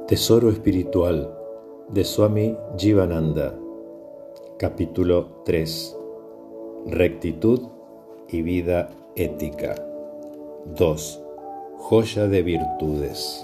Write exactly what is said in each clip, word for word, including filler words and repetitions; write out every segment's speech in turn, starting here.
Tesoro espiritual de Swami Jivananda, capítulo tres. Rectitud y vida ética. dos. Joya de virtudes.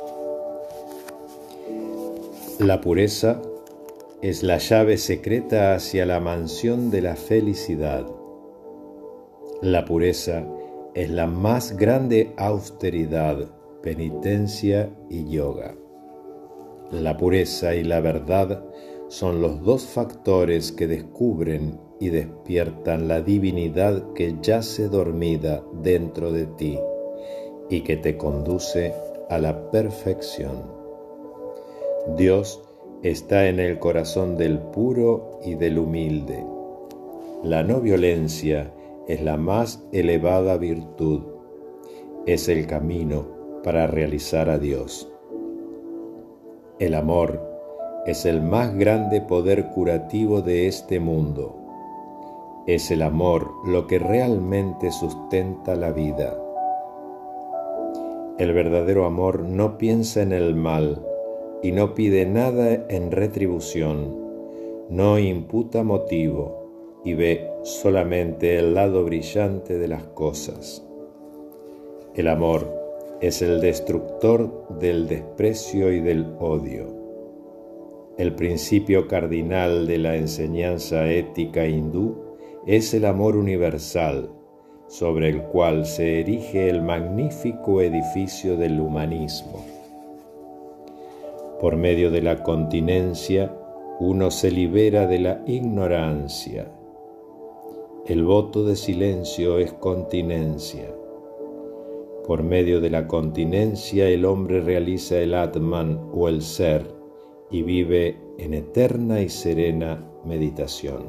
La pureza es la llave secreta hacia la mansión de la felicidad. La pureza es la más grande austeridad, penitencia y yoga. La pureza y la verdad son los dos factores que descubren y despiertan la divinidad que yace dormida dentro de ti y que te conduce a la perfección. Dios está en el corazón del puro y del humilde. La no violencia es la más elevada virtud. Es el camino para realizar a Dios. El amor es el más grande poder curativo de este mundo. Es el amor lo que realmente sustenta la vida. El verdadero amor no piensa en el mal y no pide nada en retribución, no imputa motivo y ve solamente el lado brillante de las cosas. El amor es el destructor del desprecio y del odio. El principio cardinal de la enseñanza ética hindú es el amor universal, sobre el cual se erige el magnífico edificio del humanismo. Por medio de la continencia, uno se libera de la ignorancia. El voto de silencio es continencia. Por medio de la continencia el hombre realiza el Atman o el ser y vive en eterna y serena meditación.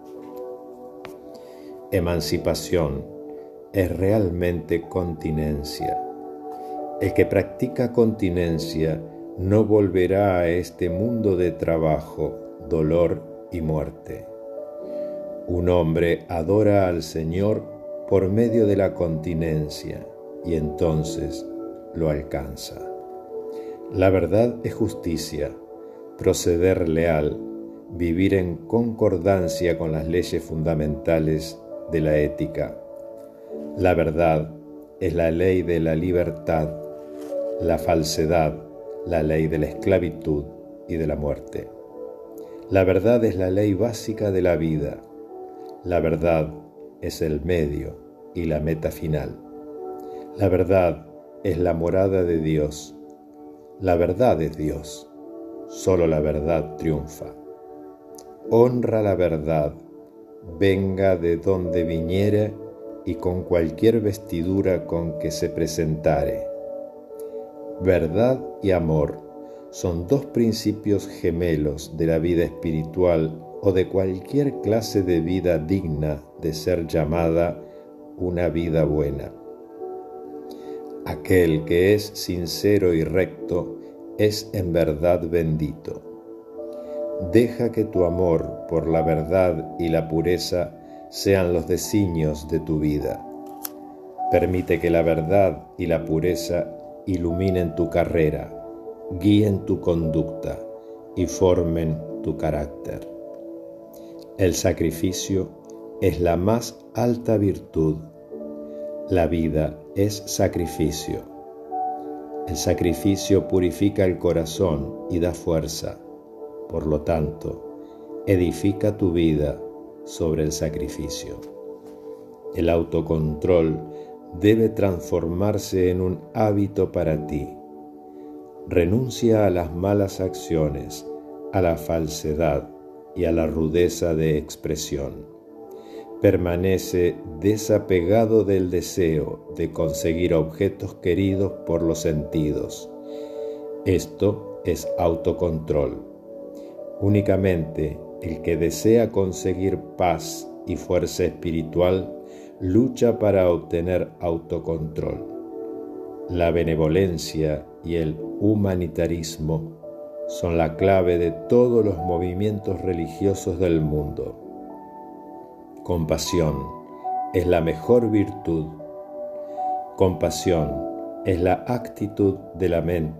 Emancipación es realmente continencia. El que practica continencia no volverá a este mundo de trabajo, dolor y muerte. Un hombre adora al Señor por medio de la continencia y entonces lo alcanza. La verdad es justicia, proceder leal, vivir en concordancia con las leyes fundamentales de la ética. La verdad es la ley de la libertad, la falsedad, la ley de la esclavitud y de la muerte. La verdad es la ley básica de la vida. La verdad es el medio y la meta final. La verdad es la morada de Dios. La verdad es Dios. Solo la verdad triunfa. Honra la verdad, venga de donde viniere y con cualquier vestidura con que se presentare. Verdad y amor son dos principios gemelos de la vida espiritual o de cualquier clase de vida digna de ser llamada una vida buena. Aquel que es sincero y recto es en verdad bendito. Deja que tu amor por la verdad y la pureza sean los designios de tu vida. Permite que la verdad y la pureza iluminen tu carrera, guíen tu conducta y formen tu carácter. El sacrificio es la más alta virtud. La vida es sacrificio. El sacrificio purifica el corazón y da fuerza. Por lo tanto, edifica tu vida sobre el sacrificio. El autocontrol debe transformarse en un hábito para ti. Renuncia a las malas acciones, a la falsedad y a la rudeza de expresión. Permanece desapegado del deseo de conseguir objetos queridos por los sentidos. Esto es autocontrol. Únicamente el que desea conseguir paz y fuerza espiritual lucha para obtener autocontrol. La benevolencia y el humanitarismo son la clave de todos los movimientos religiosos del mundo. Compasión es la mejor virtud. Compasión es la actitud de la mente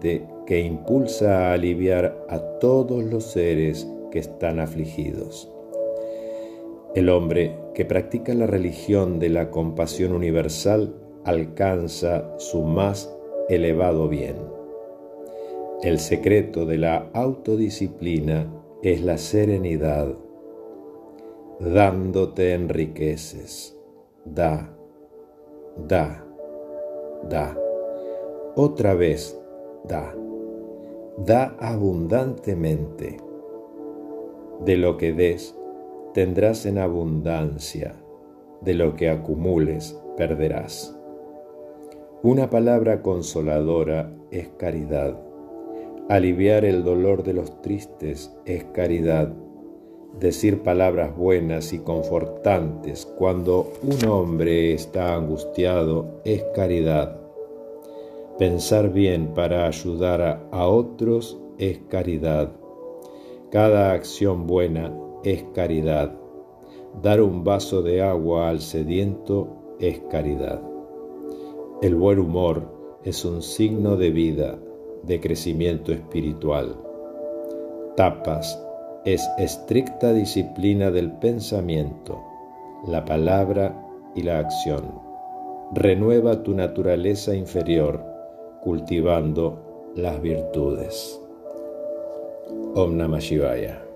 que impulsa a aliviar a todos los seres que están afligidos. El hombre que practica la religión de la compasión universal alcanza su más elevado bien. El secreto de la autodisciplina es la serenidad. Dando te enriqueces. Da, da, da. Otra vez, da. Da abundantemente. De lo que des, tendrás en abundancia. De lo que acumules, perderás. Una palabra consoladora es caridad. Aliviar el dolor de los tristes es caridad. Decir palabras buenas y confortantes cuando un hombre está angustiado es caridad. Pensar bien para ayudar a, a otros es caridad. Cada acción buena es caridad. Dar un vaso de agua al sediento es caridad. El buen humor es un signo de vida, de crecimiento espiritual. Tapas es estricta disciplina del pensamiento, la palabra y la acción. Renueva tu naturaleza inferior, cultivando las virtudes. Om Namah Shivaya.